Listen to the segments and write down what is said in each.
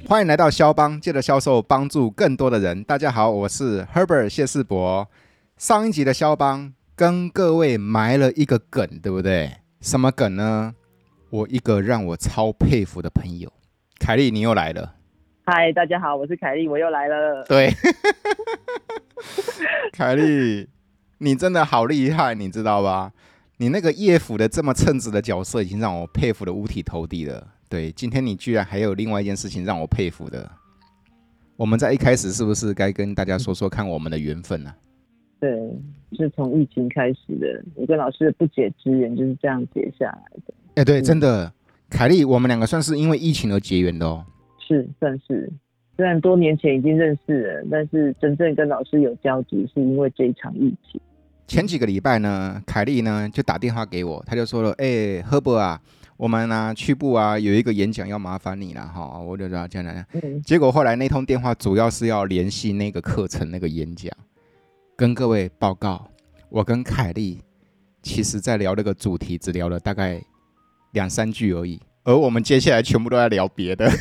欢迎来到销帮，借着销售帮助更多的人。大家好，我是 Herbert 谢世博。上一集的销帮跟各位埋了一个梗，对不对？什么梗呢？我一个让我超佩服的朋友，凯莉，你又来了。 嗨，大家好，我是凯莉，我又来了。 对，凯莉，你真的好厉害，你知道吧？你那个叶府的这么称职的角色，已经让我佩服的五体投地了。对，今天你居然还有另外一件事情让我佩服的。我们在一开始是不是该跟大家说说看我们的缘分呢？ 对，是从疫情开始的，我跟老师的不解之缘就是这样结下来的。 对，真的，凯莉，我们两个算是因为疫情而结缘的哦。 是，算是。虽然多年前已经认识了，但是真正跟老师有交集，是因为这一场疫情。 前几个礼拜呢，凯莉呢就打电话给我，她就说了：“Herbert 啊，我们去部有一个演讲要麻烦你了哈。”我就说这样。结果后来那通电话主要是要联系那个课程那个演讲，跟各位报告，我跟凯莉其实在聊那个主题，只聊了大概2-3句而已，而我们接下来全部都在聊别的。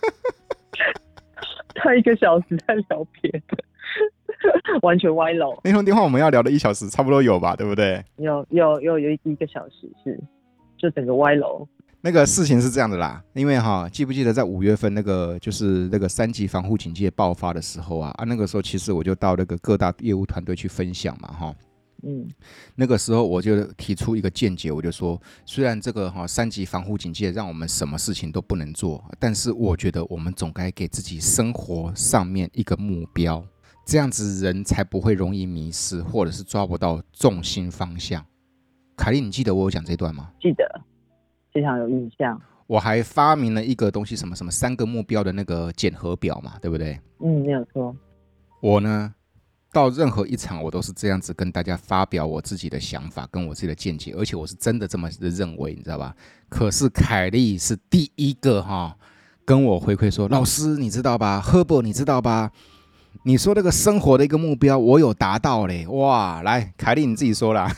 他1个小时在聊别的，完全歪楼。 那通电话我们要聊的1小时，差不多有吧，对不对？ 有1个小时是，就整个歪楼。 那个事情是这样的啦，因为记不记得在5月份那个就是那个3级防护警戒爆发的时候那个时候其实我就到那个各大业务团队去分享嘛那个时候我就提出一个见解，我就说，虽然这个3级防护警戒让我们什么事情都不能做，但是我觉得我们总该给自己生活上面一个目标，这样子人才不会容易迷失，或者是抓不到重心方向。凯莉，你记得我有讲这段吗？ 记得，非常有印象。 我还发明了一个东西，什么3个目标的那个检核表嘛，对不对？ 没有错。 我呢，到任何一场我都是这样子跟大家发表我自己的想法跟我自己的见解，而且我是真的这么认为，你知道吧？可是凯莉是第一个跟我回馈说，老师你知道吧 ，Herbert 你知道吧？你说那个生活的一个目标，我有达到嘞！哇，来，凯莉你自己说啦。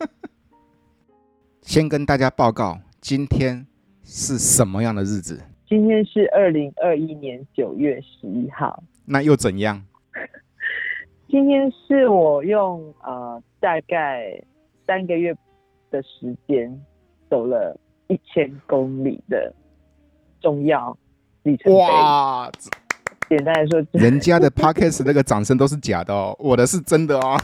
先跟大家报告，今天是什么样的日子？ 今天是2021年9月11号。 那又怎样？ 今天是我用大概3个月的时间走了1000公里的重要里程碑。 哇！ 简单来说， 人家的 podcast 那个掌声都是假的哦，我的是真的哦。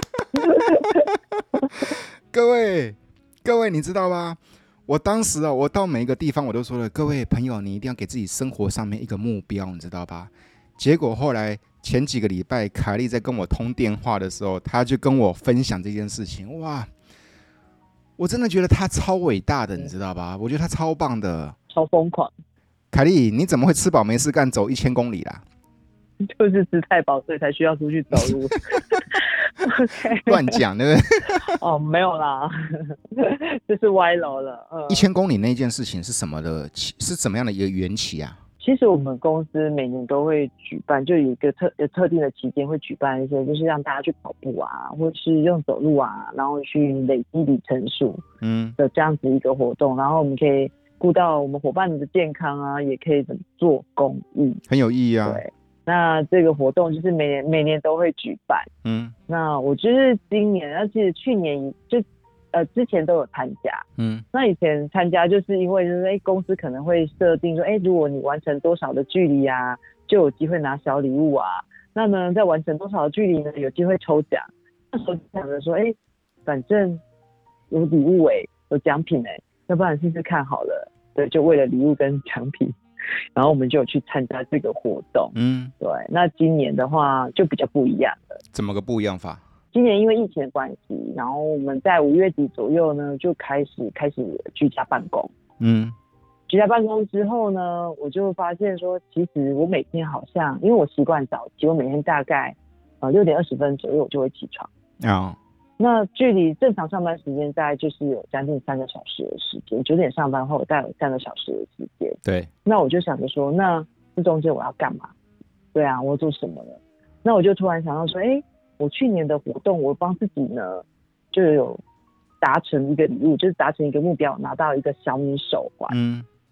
各位，你知道吗？我当时我到每一个地方我都说了，各位朋友，你一定要给自己生活上面一个目标，你知道吧？结果后来前几个礼拜，凯莉在跟我通电话的时候，她就跟我分享这件事情。哇，我真的觉得她超伟大的，你知道吧？我觉得她超棒的， 超疯狂。 凯莉，你怎么会吃饱没事干走1000公里啦？ 就是吃太饱，所以才需要出去走路。 乱讲，对不对？ 哦，没有啦，这是歪楼了。 1000公里那件事情是什么的？是怎么样的一个缘起啊？ 其实我们公司每年都会举办，就有一个特定的期间会举办一些，就是让大家去跑步或是用走路然后去累积里程数的这样子一个活动，然后我们可以顾到我们伙伴的健康也可以做公益， 很有意义啊。 对，那这个活动就是每年都会举办。那我就是今年，而且去年就之前都有参加。那以前参加就是因为就是公司可能会设定说，如果你完成多少的距离就有机会拿小礼物那呢再完成多少的距离呢，有机会抽奖。那时候想着说，反正有礼物有奖品要不然试试看好了。对，就为了礼物跟奖品，然后我们就有去参加这个活动。对，那今年的话就比较不一样了。 怎么个不一样法？ 今年因为疫情的关系，然后我们在5月底左右呢，就开始居家办公。居家办公之后呢，我就发现说，其实我每天好像，因为我习惯早起，我每天大概6点20分左右我就会起床。那距离正常上班时间大概就是有将近3个小时的时间，9点上班后我大概有3个小时的时间。 对。 那我就想着说，那这中间我要干嘛？对啊，我要做什么呢？那我就突然想到说，我去年的活动，我帮自己呢就有达成一个礼物，就是达成一个目标，拿到一个小米手环。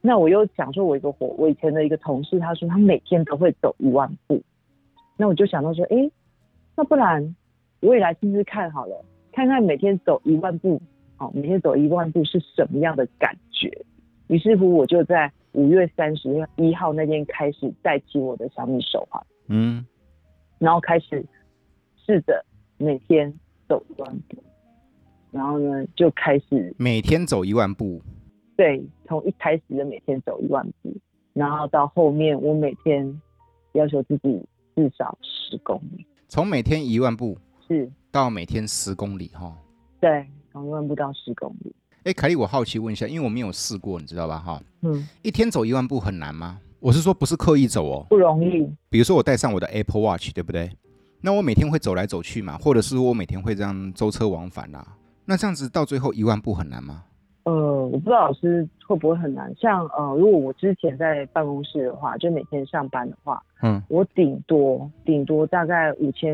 那我又想说，我以前的一个同事，他说他每天都会走1万步，那我就想到说，那不然我也来试试看好了，看看每天走1万步，每天走1万步是什么样的感觉。于是乎，我就在5月31号那天开始戴起我的小米手环，然后开始试着每天走1万步，然后呢就开始每天走1万步。 对，从一开始的每天走1万步，然后到后面我每天要求自己至少10公里。 从每天1万步是到每天10公里哈。 对，从1万步到10公里。 凯莉，我好奇问一下，因为我没有试过，你知道吧哈？一天走1万步很难吗？我是说不是刻意走哦， 不容易。 比如说我带上我的 Apple Watch， 对不对？那我每天会走来走去嘛，或者是我每天会这样舟车往返啊，那这样子到最后1万步很难吗？ 我不知道老师会不会很难。像如果我之前在办公室的话，就每天上班的话，我顶多大概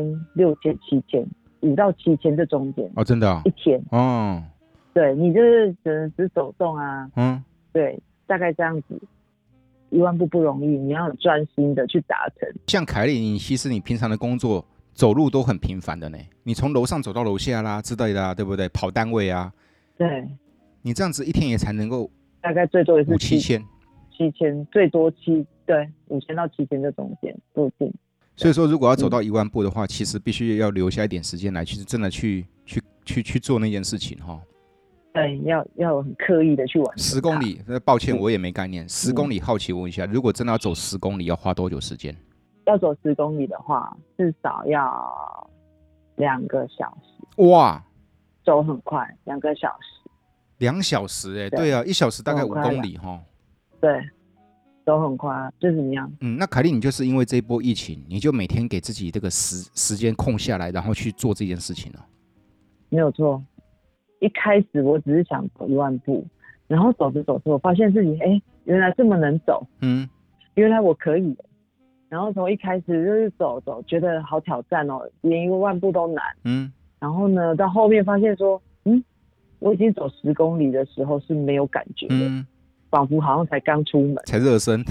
5000、6000、7000，5到7000这中间。 哦，真的哦？ 一天哦。对，你就是只走动啊。对，大概这样子。1万步不容易，你要很专心的去达成。 像凯莉，其实你平常的工作走路都很频繁的呢，你从楼上走到楼下啦之类的啊，对不对？跑单位啊。 对。 你这样子一天也才能够大概最多也是 5、7千 ，7000最多对5000到7000这中间不一定。 所以说，如果要走到1万步的话，其实必须要留下一点时间来，其实真的去做那件事情哈。 对，要很刻意的去完成。10 公里，抱歉我也没概念。10公里，好奇问一下，如果真的要走10公里，要花多久时间？ 要走10公里的话，至少要2个小时。 哇， 走很快，2个小时。 2小时对啊，1小时大概5公里哈。 对，走很快，就怎么样？ 那凯莉，你就是因为这一波疫情，你就每天给自己这个时间空下来，然后去做这件事情了。 没有错。一开始我只是想走1万步，然后走着走着，我发现自己原来这么能走。原来我可以。然后从一开始就是走，觉得好挑战哦，连1万步都难。然后呢，到后面发现说，我已经走10公里的时候是没有感觉的，仿佛好像才刚出门， 才热身。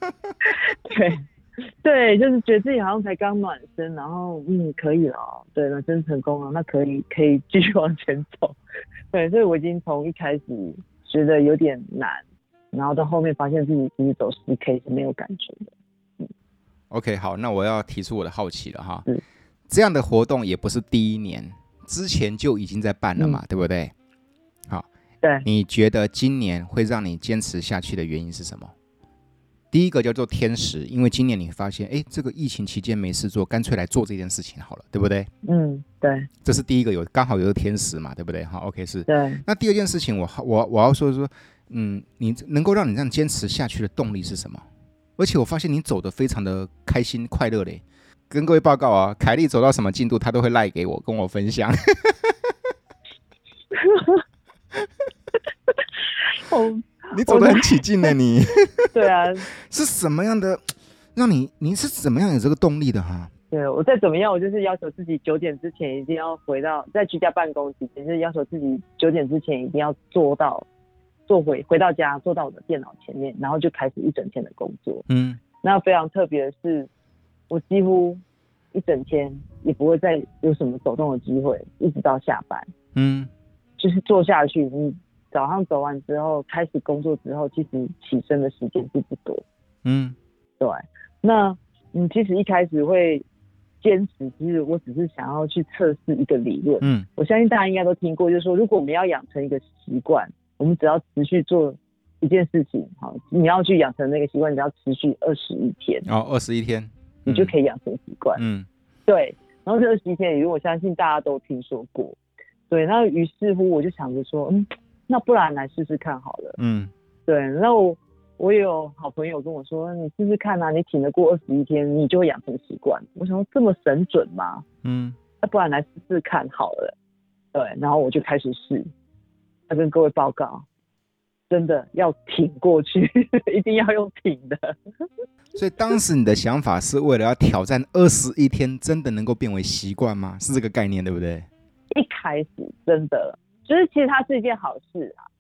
对，就是觉得自己好像才刚暖身，然后可以了，对，暖身成功了，那可以继续往前走。对，所以我已经从一开始觉得有点难，然后到后面发现自己其实走10K 是没有感觉的。 OK， 好，那我要提出我的好奇了哈。这样的活动也不是第一年，之前就已经在办了嘛，对不对？好， 对， 你觉得今年会让你坚持下去的原因是什么？第一个叫做天时，因为今年你发现，这个疫情期间没事做，干脆来做这件事情好了，对不对？ 对， 这是第一个刚好有个天时嘛，对不对？好 ，OK 是。 对。 那第二件事情，我要说，你能够让你这样坚持下去的动力是什么？而且我发现你走得非常的开心快乐嘞。跟各位报告啊，凯莉走到什么进度，她都会赖给我，跟我分享。你走得很起劲呢，你。 对啊。 是什么样的让你是怎么样有这个动力的哈？ 对，我再怎么样，我就是要求自己9点之前一定要回到在居家办公期间，就是要求自己9点之前一定要回到家，坐到我的电脑前面，然后就开始一整天的工作。那非常特别的是，我几乎一整天也不会再有什么走动的机会，一直到下班。就是坐下去，你早上走完之后，开始工作之后，其实起身的时间并不多。对。那其实一开始会坚持，其实我只是想要去测试一个理论。我相信大家应该都听过，就是说，如果我们要养成一个习惯，我们只要持续做一件事情，好，你要去养成那个习惯，你只要持续21天。 21天， 你就可以养成习惯。对。然后这21天里，我相信大家都听说过。对。那于是乎，我就想着说，那不然来试试看好了。对。那我也有好朋友跟我说，你试试看啊，你挺得过21天，你就会养成习惯。我想说这么神准吗？那不然来试试看好了。对。然后我就开始试，要跟各位报告，真的要挺过去，一定要用挺的。 所以当时你的想法是为了要挑战21天，真的能够变为习惯吗？是这个概念对不对？ 一开始真的就是其实它是一件好事啊。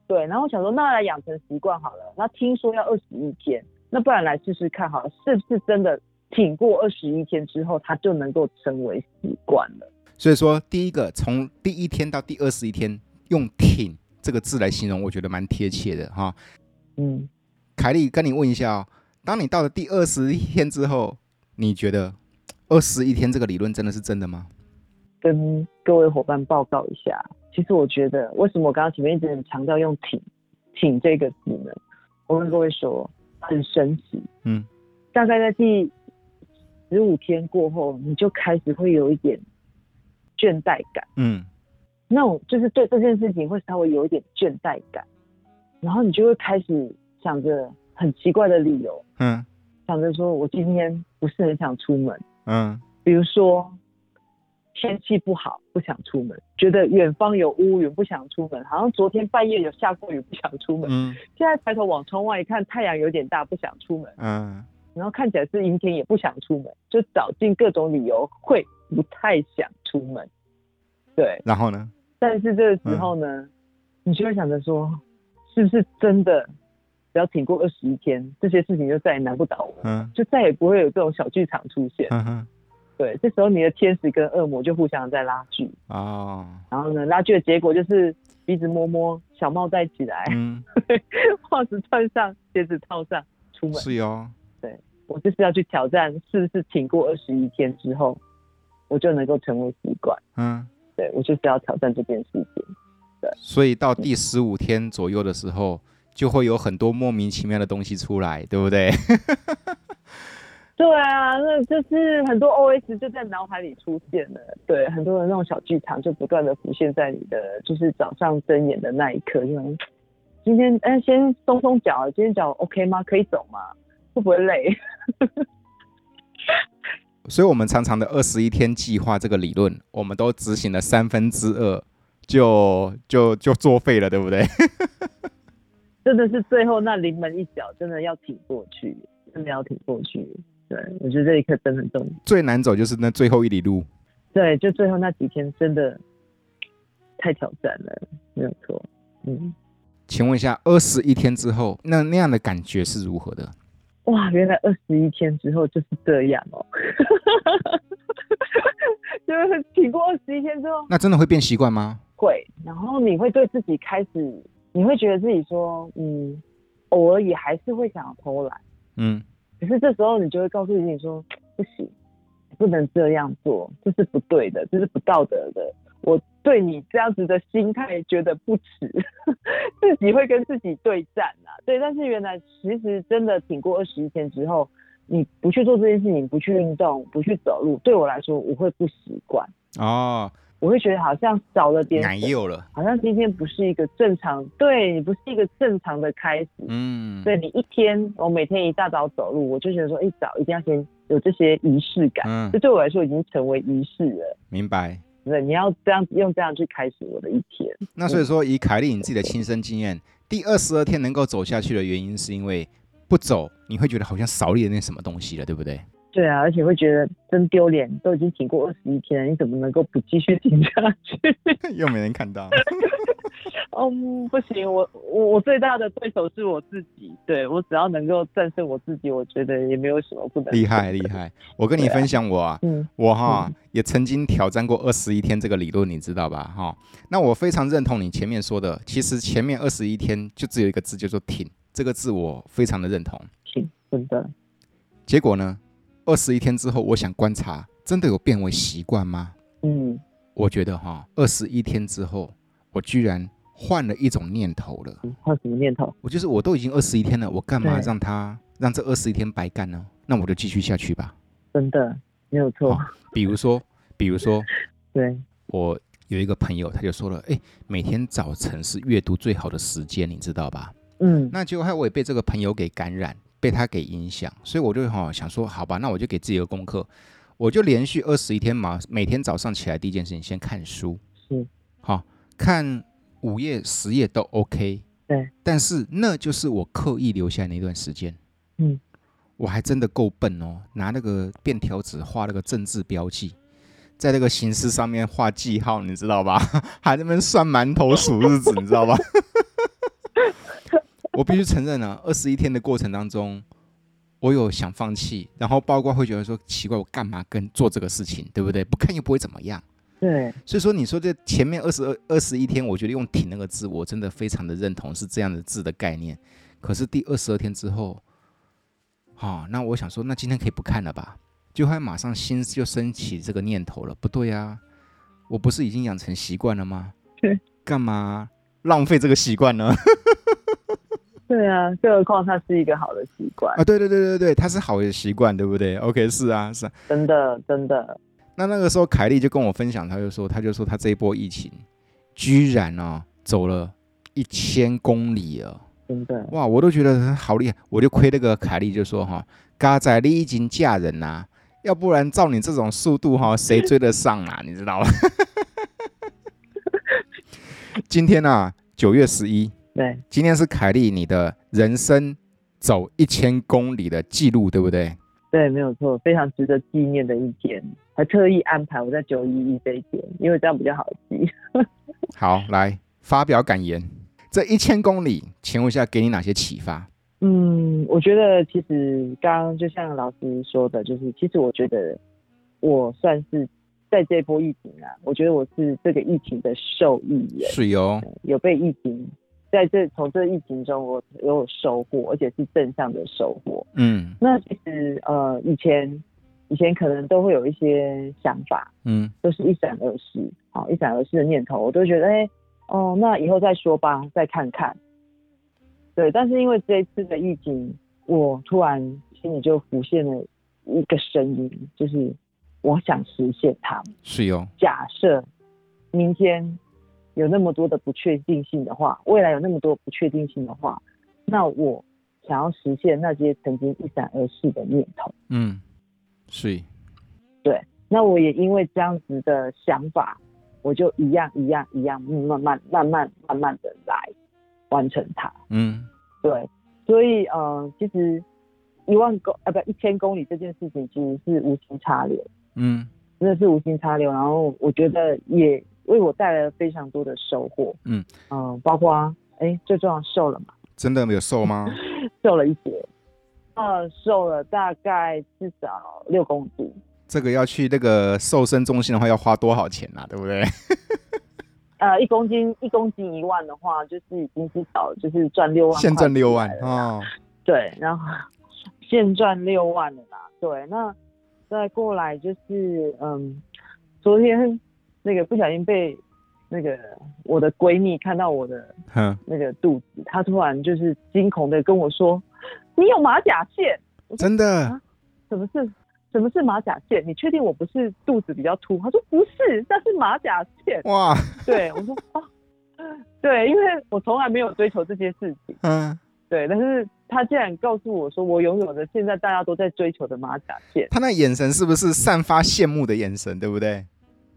对，然后我想说那来养成习惯好了，那听说要21天，那不然来试试看好了，是不是真的挺过21天之后，它就能够成为习惯了。 所以说第一个从第1天到第21天用挺这个字来形容，我觉得蛮贴切的哈。凯莉跟你问一下哦，当你到了第21天之后，你觉得21天这个理论真的是真的吗？ 跟各位伙伴报告一下，其实我觉得为什么我刚刚前面一直很强调用挺这个字呢？我跟各位说很神奇，大概在第15天过后，你就开始会有一点倦怠感，那种就是对这件事情会稍微有一点倦怠感，然后你就会开始想着很奇怪的理由，想着说我今天不是很想出门，比如说天气不好不想出门，觉得远方有乌云不想出门，好像昨天半夜有下过雨不想出门，现在抬头往窗外一看，太阳有点大不想出门，然后看起来是阴天也不想出门，就找尽各种理由会不太想出门。对， 然后呢？ 但是这个时候呢，你就会想着说，是不是真的只要挺过21天，这些事情就再也难不倒我，就再也不会有这种小剧场出现。对，这时候你的天使跟恶魔就互相在拉锯然后呢，拉锯的结果就是鼻子摸摸，小帽戴起来，袜子穿上，鞋子套上，出门。 是哦， 对，我就是要去挑战，是不是挺过21天之后，我就能够成为习惯。对，我就是要挑战这件事情。对， 所以到第15天左右的时候，就会有很多莫名其妙的东西出来，对不对？ 对啊，那就是很多 OS 就在脑海里出现了。对，很多的那种小剧场就不断的浮现在你的，就是早上睁眼的那一刻，就今天先松松脚，今天脚 OK 吗？可以走吗？会不会累？ 所以我们常常的21天计划这个理论，我们都执行了2/3，就作废了，对不对？ 真的是最后那临门一脚，真的要挺过去，真的要挺过去。对，我觉得这一刻真的很重要。 最难走就是那最后1里路。 对，就最后那几天真的太挑战了，没有错。 请问一下，21天之后，那样的感觉是如何的？ 哇，原来21天之后就是这样哦。就是挺过21天之后， 那真的会变习惯吗？ 会，然后你会对自己开始，你会觉得自己说，偶尔也还是会想要偷懒，可是这时候你就会告诉自己说，不行，不能这样做，这是不对的，这是不道德的。我对你这样子的心态觉得不耻，自己会跟自己对战啊。对，但是原来其实真的挺过21天之后，你不去做这件事情，不去运动，不去走路，对我来说我会不习惯我会觉得好像少了点奶油了， 好像今天不是一个正常，对你不是一个正常的开始。对，你我每天一大早走路，我就觉得说，一早一定要先有这些仪式感，这对我来说已经成为仪式了。 明白。 对，你要用这样去开始我的一天。 那所以说，以凯莉你自己的亲身经验，第22天能够走下去的原因，是因为不走，你会觉得好像少了点什么东西了，对不对？ 对啊，而且会觉得真丢脸，都已经挺过21天了，你怎么能够不继续挺下去？ 又没人看到。 不行，我最大的对手是我自己，对，我只要能够战胜我自己，我觉得也没有什么不能。 厉害厉害！我跟你分享我也曾经挑战过21天这个理论，你知道吧？那我非常认同你前面说的，其实前面21天就只有一个字叫做挺，这个字我非常的认同。 挺，真的。 结果呢？21天之后，我想观察，真的有变为习惯吗？我觉得21天之后，我居然换了一种念头了。 换什么念头？ 我都已经21天了，我干嘛让这21天白干呢？那我就继续下去吧。 真的没有错。 比如说， 对， 我有一个朋友，他就说了，每天早晨是阅读最好的时间，你知道吧？那结果我也被这个朋友给感染。被他给影响，所以我就想说，好吧，那我就给自己一个功课，我就连续21天嘛，每天早上起来第一件事情先看书，看5页10页都 OK， 对， 但是那就是我刻意留下来那段时间，我还真的够笨哦，拿那个便条纸画那个正字标记，在那个形式上面画记号，你知道吧？还在那边算馒头数日子，你知道吧？ 我必须承认啊，21天的过程当中，我有想放弃，然后包括会觉得说奇怪，我干嘛跟做这个事情，对不对？不看又不会怎么样。 对， 所以说你说这前面21天，我觉得用挺那个字，我真的非常的认同是这样的字的概念。可是第22天之后，那我想说，那今天可以不看了吧？就会马上心就升起这个念头了。不对啊，我不是已经养成习惯了吗？干嘛浪费这个习惯呢？ 对啊，更何况它是一个好的习惯啊！对，它是好的习惯，对不对 ？OK， 是啊， 真的。 那个时候，凯莉就跟我分享，他就说他这一波疫情，居然走了1000公里了， 真的哇！我都觉得好厉害，我就亏那个凯莉就说嘎仔你已经嫁人啦，要不然照你这种速度谁追得上啊？你知道吗？今天9月11， 对， 今天是凯莉你的人生走1000公里的记录，对不对？ 对，没有错，非常值得纪念的一天，还特意安排我在911这一天，因为这样比较好记。 好，来发表感言。这1000公里，请问一下，给你哪些启发？ 我觉得其实刚刚就像老师说的，就是其实我觉得我算是在这波疫情我觉得我是这个疫情的受益人， 是有被疫情。从这疫情中，我有收获，而且是正向的收获。那其实以前可能都会有一些想法，都是一闪而逝，一闪而逝的念头，我都觉得，那以后再说吧，再看看。对，但是因为这一次的疫情，我突然心里就浮现了一个声音，就是我想实现它。 是有。 假设明天有那么多的不确定性的话，未来有那么多不确定性的话，那我想要实现那些曾经一闪而逝的念头。 是。 对，那我也因为这样子的想法，我就一样慢慢的来完成它。对，所以其实1000公里这件事情其实是无心插柳。真的是无心插柳，然后我觉得也为我带来了非常多的收获。包括最重要瘦了嘛。 真的有瘦吗？ 瘦了一些，瘦了大概至少6公斤。 这个要去那个瘦身中心的话，要花多少钱啊？对不对 ？1公斤1万的话，就是已经至少就是赚6万， 现赚6万对，然后现赚6万了啦。对，那再过来就是昨天那个不小心被那个我的闺蜜看到我的那个肚子，她突然就是惊恐的跟我说：“你有马甲线？” 真的？ 什么是马甲线？你确定我不是肚子比较凸？她说不是，那是马甲线。哇！对，我说对，因为我从来没有追求这些事情。对，但是他竟然告诉我说，我拥有的现在大家都在追求的马甲线。 他那眼神是不是散发羡慕的眼神，对不对？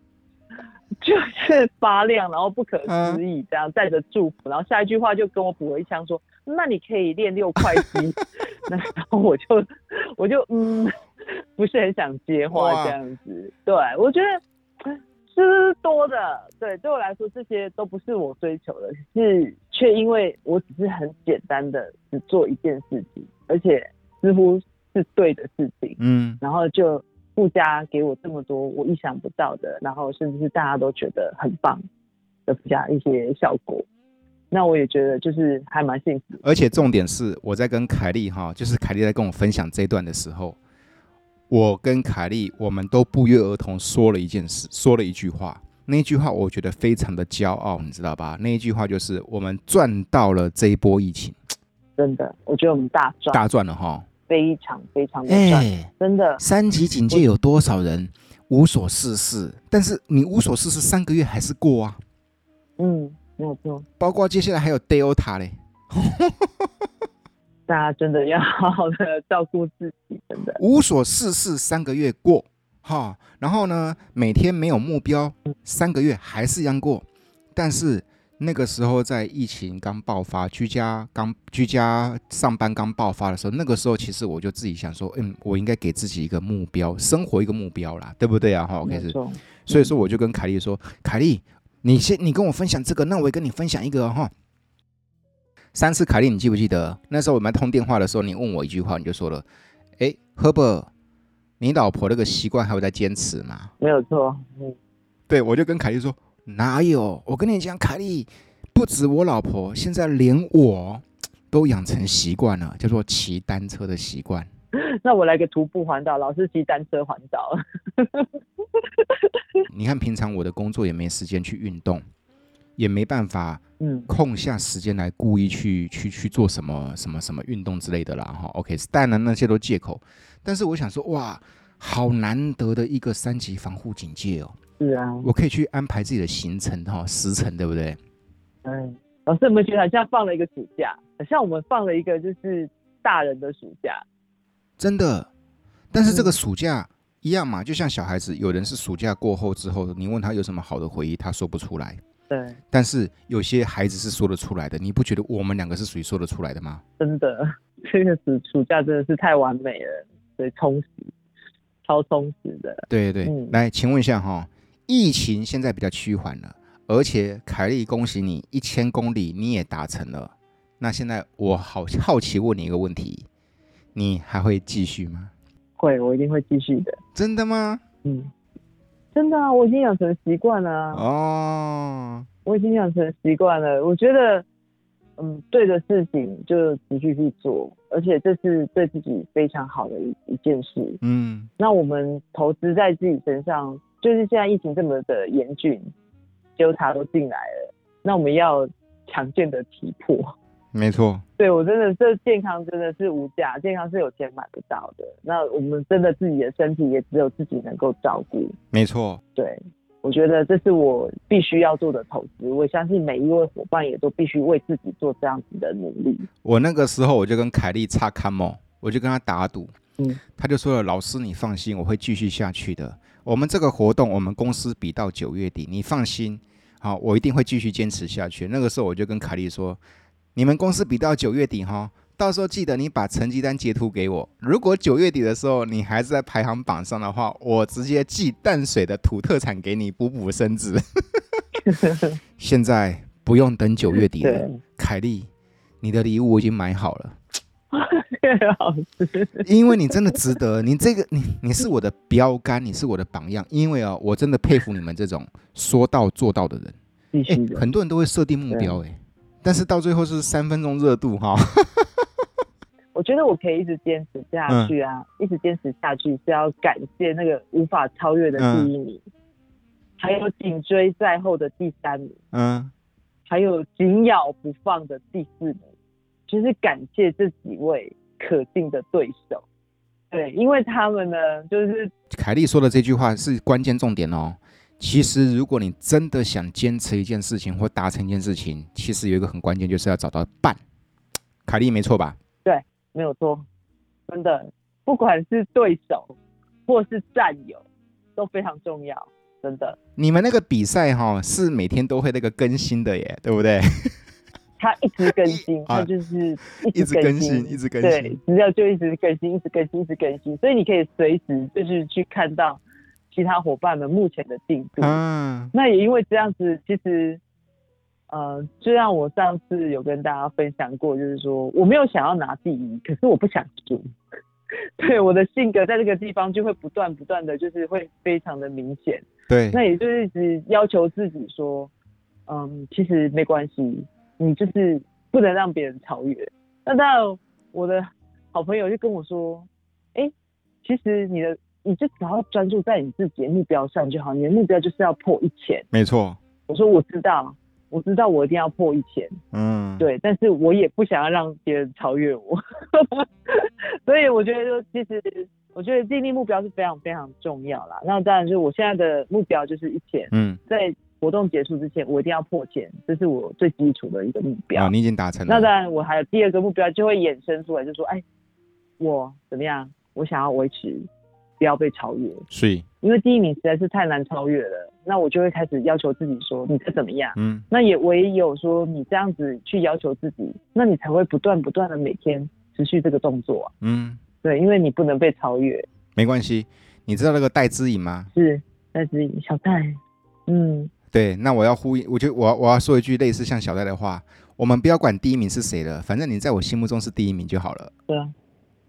就是发亮，然后不可思议，这样带着祝福，然后下一句话就跟我补了一枪说：“那你可以练6块肌。”然后我就不是很想接话这样子。对，我觉得是多的。对我来说，这些都不是我追求的，是却因为我只是很简单的只做一件事情，而且似乎是对的事情。然后就附加给我这么多我意想不到的，然后甚至是大家都觉得很棒的附加一些效果。那我也觉得就是还蛮幸福的。 而且重点是我在跟凯莉就是凯莉在跟我分享这一段的时候，我跟凯莉我们都不约而同说了一件事，说了一句话。那一句话我觉得非常的骄傲，你知道吧？那一句话就是我们赚到了这一波疫情。 真的，我觉得我们大赚了非常非常的赚，真的。 3级警戒有多少人无所事事？但是你无所事事3个月还是过啊。 没有错。 包括接下来还有 Delta 嘞。 大家真的要好好的照顾自己，真的。 无所事事3个月过，然后呢，每天没有目标，3个月还是一样过。但是那个时候在疫情刚爆发，居家上班刚爆发的时候，那个时候其实我就自己想说，我应该给自己一个目标，生活一个目标啦，对不对啊？OK，所以说我就跟凯莉说，凯莉，你跟我分享这个，那我也跟你分享一个 3次凯莉，你记不记得那时候我们在通电话的时候，你问我一句话，你就说了，Herbert，你老婆那个习惯还有在坚持吗？ 没有错。 对，我就跟凯莉说，哪有？我跟你讲，凯莉，不止我老婆，现在连我都养成习惯了，叫做骑单车的习惯。 那我来个徒步环岛，老是骑单车环岛。 你看，平常我的工作也没时间去运动，也没办法空下时间来故意去做什么运动之类的啦。OK， 当然那些都借口，但是我想说，哇，好难得的一个3级防护警戒哦。 是啊， 我可以去安排自己的行程时程，对不对？ 老师有没有觉得好像放了一个暑假，好像我们放了一个就是大人的暑假？ 真的，但是这个暑假一样嘛，就像小孩子，有人是暑假过后之后，你问他有什么好的回忆，他说不出来。 对， 但是有些孩子是说得出来的，你不觉得我们2个是属于说得出来的吗？ 真的，这个暑假真的是太完美了，所以充实，超充实的。 对对，来，请问一下疫情现在比较趋缓了，而且凯莉，恭喜你1000公里你也达成了。那现在我好奇问你一个问题，你还会继续吗？ 会，我一定会继续的。 真的吗？ 真的啊，我已经养成习惯了哦，我已经养成习惯了。我觉得，对的事情就持续去做，而且这是对自己非常好的一件事。那我们投资在自己身上，就是现在疫情这么的严峻，纠察都进来了，那我们要强健的体魄。 没错， 对，我真的这健康真的是无价，健康是有钱买不到的。那我们真的自己的身体也只有自己能够照顾。 没错， 对，我觉得这是我必须要做的投资。我相信每一位伙伴也都必须为自己做这样子的努力。 我那个时候我就跟凯莉插看嘛，我就跟他打赌，他就说了，老师你放心，我会继续下去的。我们这个活动，我们公司比到9月底，你放心，好，我一定会继续坚持下去。那个时候我就跟凯莉说，你们公司比到9月底到时候记得你把成绩单截图给我。如果9月底的时候你还是在排行榜上的话，我直接寄淡水的土特产给你补身子。现在不用等9月底了，凯莉，你的礼物我已经买好了。因为你真的值得，你是我的标杆，你是我的榜样。因为我真的佩服你们这种说到做到的人。很多人都会设定目标但是到最后是3分钟热度我觉得我可以一直坚持下去啊，一直坚持下去是要感谢那个无法超越的第1名，还有紧追在后的第3名，还有紧咬不放的第4名，就是感谢这几位可敬的对手。对，因为他们呢，就是凯莉说的这句话是关键重点哦。其实如果你真的想坚持一件事情或达成一件事情，其实有一个很关键，就是要找到伴。凯莉没错吧？ 对，没有错，真的，不管是对手或是战友都非常重要，真的。 你们那个比赛是每天都会那个更新的耶，对不对？ 他一直更新，他就是一直更新，一直更新， 对，资料就一直更新，一直更新，一直更新，所以你可以随时就是去看到其他伙伴们目前的进度。那也因为这样子，其实就像我上次有跟大家分享过，就是说我没有想要拿第1，可是我不想输。对，我的性格在这个地方就会不断的，就是会非常的明显。 对， 那也就是一直要求自己说，其实没关系，你就是不能让别人超越。那当然，我的好朋友就跟我说，其实你就只要专注在你自己的目标上就好，你的目标就是要破1000。 没错。 我说我知道我一定要破1000。对，但是我也不想要让别人超越我。所以我觉得说，其实我觉得订立目标是非常非常重要啦。那当然就是我现在的目标就是1000。在活动结束之前，我一定要破1000，这是我最基础的一个目标。 你已经达成了。 那当然，我还有第2个目标，就会衍生出来，就说，我怎么样？我想要维持，不要被超越。 是， 因为第1名实在是太难超越了，那我就会开始要求自己说，你再怎么样？那也唯有说你这样子去要求自己，那你才会不断的每天持续这个动作啊。对，因为你不能被超越。 没关系，你知道那个戴之颖吗？ 是戴之颖，小戴。 对，那我要呼应，我要说一句类似像小戴的话， 我们不要管第一名是谁了，反正你在我心目中是第一名就好了。 对啊。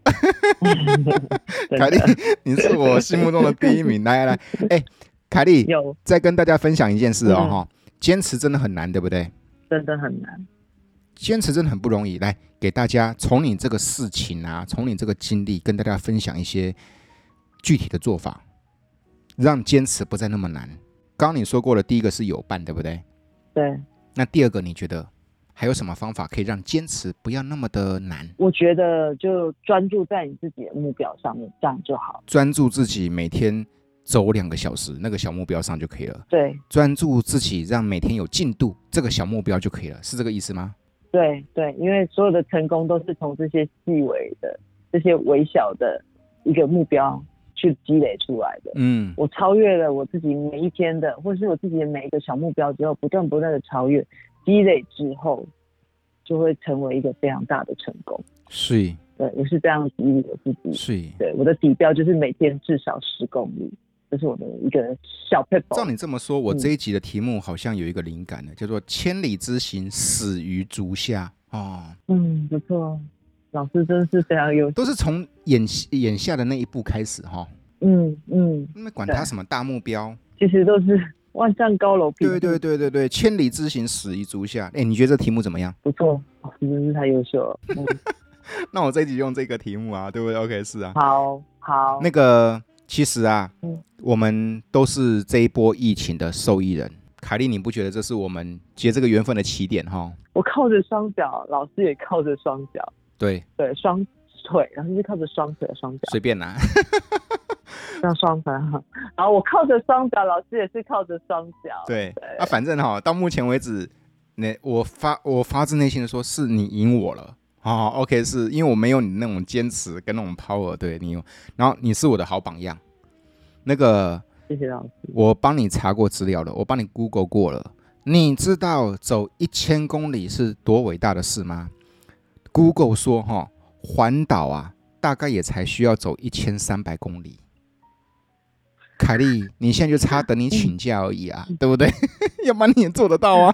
凯莉，你是我心目中的第一名。来，凯莉，再跟大家分享一件事哦，坚持真的很难，对不对？ 真的很难， 坚持真的很不容易。来，给大家从你这个事情啊，从你这个经历，跟大家分享一些具体的做法，让坚持不再那么难。刚刚你说过了，第一个是有伴，对不对？ 对。 那第二个，你觉得还有什么方法可以让坚持不要那么的难？ 我觉得就专注在你自己的目标上面，这样就好。 专注自己每天走2个小时那个小目标上就可以了。 对， 专注自己让每天有进度，这个小目标就可以了，是这个意思吗？ 对，因为所有的成功都是从这些细微的、这些微小的一个目标去积累出来的。我超越了我自己每一天的，或是我自己的每一个小目标之后，不断的超越，积累之后，就会成为一个非常大的成功。 是， 对，我是这样激励我自己。 是， 对，我的底标就是每天至少10公里，这是我的一个小撇步。 照你这么说，我这一集的题目好像有一个灵感了，叫做千里之行，始于足下。 不错。老师真是非常优秀， 都是从眼下的那一步开始哈。那管他什么大目标， 其实都是万丈高楼平。 对，千里之行始于足下。你觉得这题目怎么样？ 不错，老师真是太优秀了。 那我这一集用这个题目啊，对不对 ？OK， 是啊。 好。 那个其实啊，我们都是这一波疫情的受益人。凯莉，你不觉得这是我们结这个缘分的起点哈？我靠着双脚，老师也靠着双脚。对，双腿，然后是靠着双腿双脚， 随便拿。 让双腿，然后我靠着双脚，老师也是靠着双脚。 对，反正到目前为止，我发自内心的说，是你赢我了。OK， 是因为我没有你那种坚持跟那种 power， 对你有，然后你是我的好榜样。那个， 谢谢老师。 我帮你查过资料了，我帮你 Google 过了。你知道走1000公里是多伟大的事吗？Google 说环岛啊，大概也才需要走1300公里。凯莉，你现在就差等你请假而已啊，对不对？要不然你也做得到啊。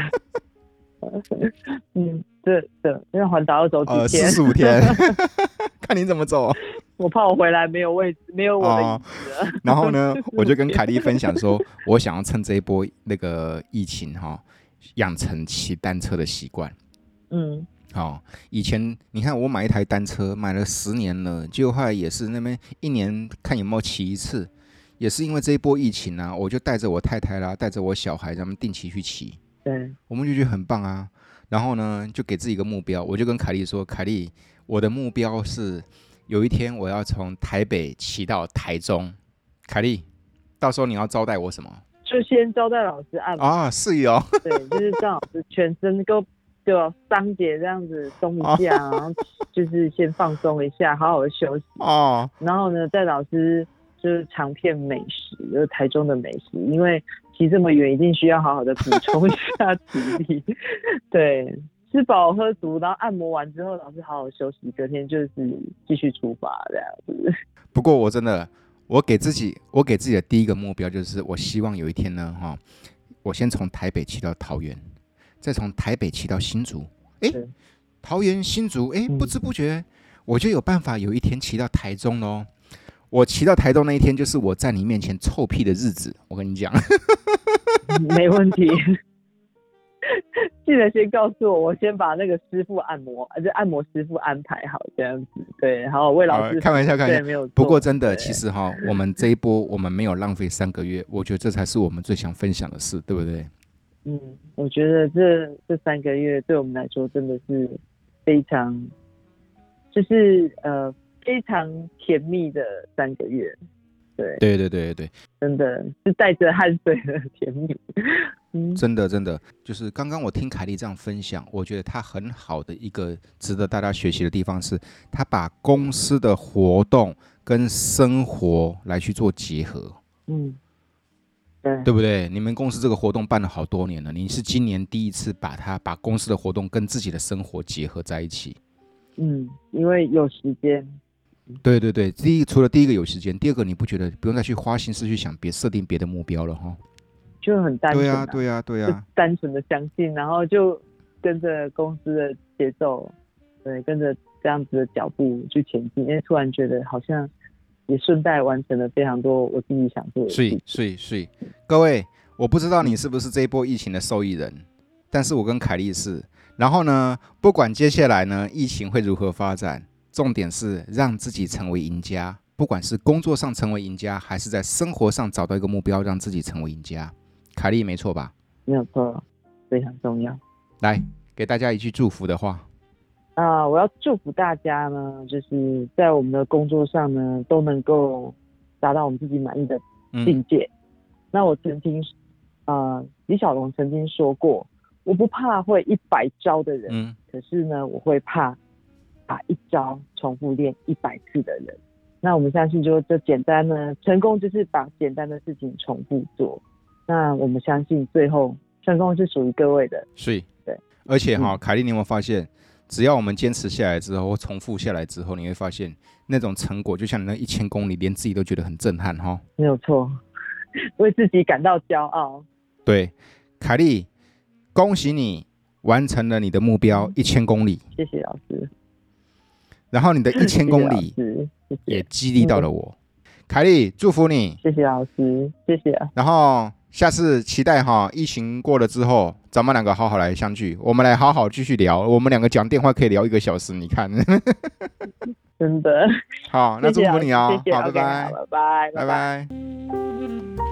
对，因为环岛要走几天 ？45天，看你怎么走。 我怕我回来没有位置，没有我的椅子。 然后呢，我就跟凯莉分享说，我想要趁这一波那个疫情养成骑单车的习惯。以前你看我买一台单车买了10年了，结果后来也是那边1年看有没有骑一次，也是因为这一波疫情啊，我就带着我太太啦，带着我小孩，咱们定期去骑。 对， 我们就觉得很棒啊。然后呢，就给自己一个目标，我就跟凯莉说，凯莉，我的目标是有一天我要从台北骑到台中。凯莉，到时候你要招待我什么？ 就先招待老师按摩啊，是哦。 对，就是让老师全身都桑解这样子松一下，然后就是先放松一下，好好的休息。然后呢，带老师就是尝遍美食，就是台中的美食，因为骑这么远，一定需要好好的补充一下体力。对，吃饱喝足，然后按摩完之后，老师好好休息，隔天就是继续出发这样子。 不过我真的，我给自己的第一个目标就是，我希望有一天呢，我先从台北骑到桃园，再从台北骑到新竹，桃园新竹，不知不觉我就有办法有一天骑到台中咯。我骑到台中那一天，就是我在你面前臭屁的日子。我跟你讲， 没问题。记得先告诉我，我先把那个师傅按摩师傅安排好，这样子。对，好为老师开玩笑。 对，没有错。 不过真的，其实我们这一波我们没有浪费3个月，我觉得这才是我们最想分享的事，对不对？ 我觉得这3个月对我们来说真的是非常，就是非常甜蜜的3个月。对，真的是带着汗水的甜蜜。 真的，就是刚刚我听凯莉这样分享，我觉得她很好的一个值得大家学习的地方是，她把公司的活动跟生活来去做结合。对不对？你们公司这个活动办了好多年了，你是今年第一次把公司的活动跟自己的生活结合在一起。 因为有时间。 对，除了第一个有时间，第二个你不觉得不用再去花心思去想设定别的目标了哈？ 就很单纯。 对啊， 就单纯的相信，然后就跟着公司的节奏，对，跟着这样子的脚步去前进，因为突然觉得好像也顺带完成了非常多我自己想做的事。 是，各位，我不知道你是不是这一波疫情的受益人，但是我跟凯莉是。然后呢，不管接下来呢疫情会如何发展，重点是让自己成为赢家，不管是工作上成为赢家，还是在生活上找到一个目标，让自己成为赢家。凯莉没错吧？ 没有错，非常重要。 来，给大家一句祝福的话。 我要祝福大家呢，就是在我们的工作上呢，都能够达到我们自己满意的境界。那我曾经，李小龙曾经说过，我不怕会100招的人，可是呢，我会怕把一招重复练100次的人。那我们相信就这简单呢，成功就是把简单的事情重复做。那我们相信最后成功是属于各位的。 是， 对。 而且凯莉，你有没有发现，只要我们坚持下来之后，或重复下来之后，你会发现那种成果，就像你那1000公里，连自己都觉得很震撼哈。 没有错，为自己感到骄傲。对， 凯莉，恭喜你完成了你的目标1000公里。 谢谢老师。 然后你的1000公里也激励到了我。凯莉，祝福你。 谢谢老师，谢谢。 然后下次期待疫情过了之后，咱们两个好好来相聚，我们来好好继续聊。我们两个讲电话可以聊1个小时，你看。 真的。 好，那祝福你啊。 谢谢， 好，拜拜。 拜拜， 拜拜。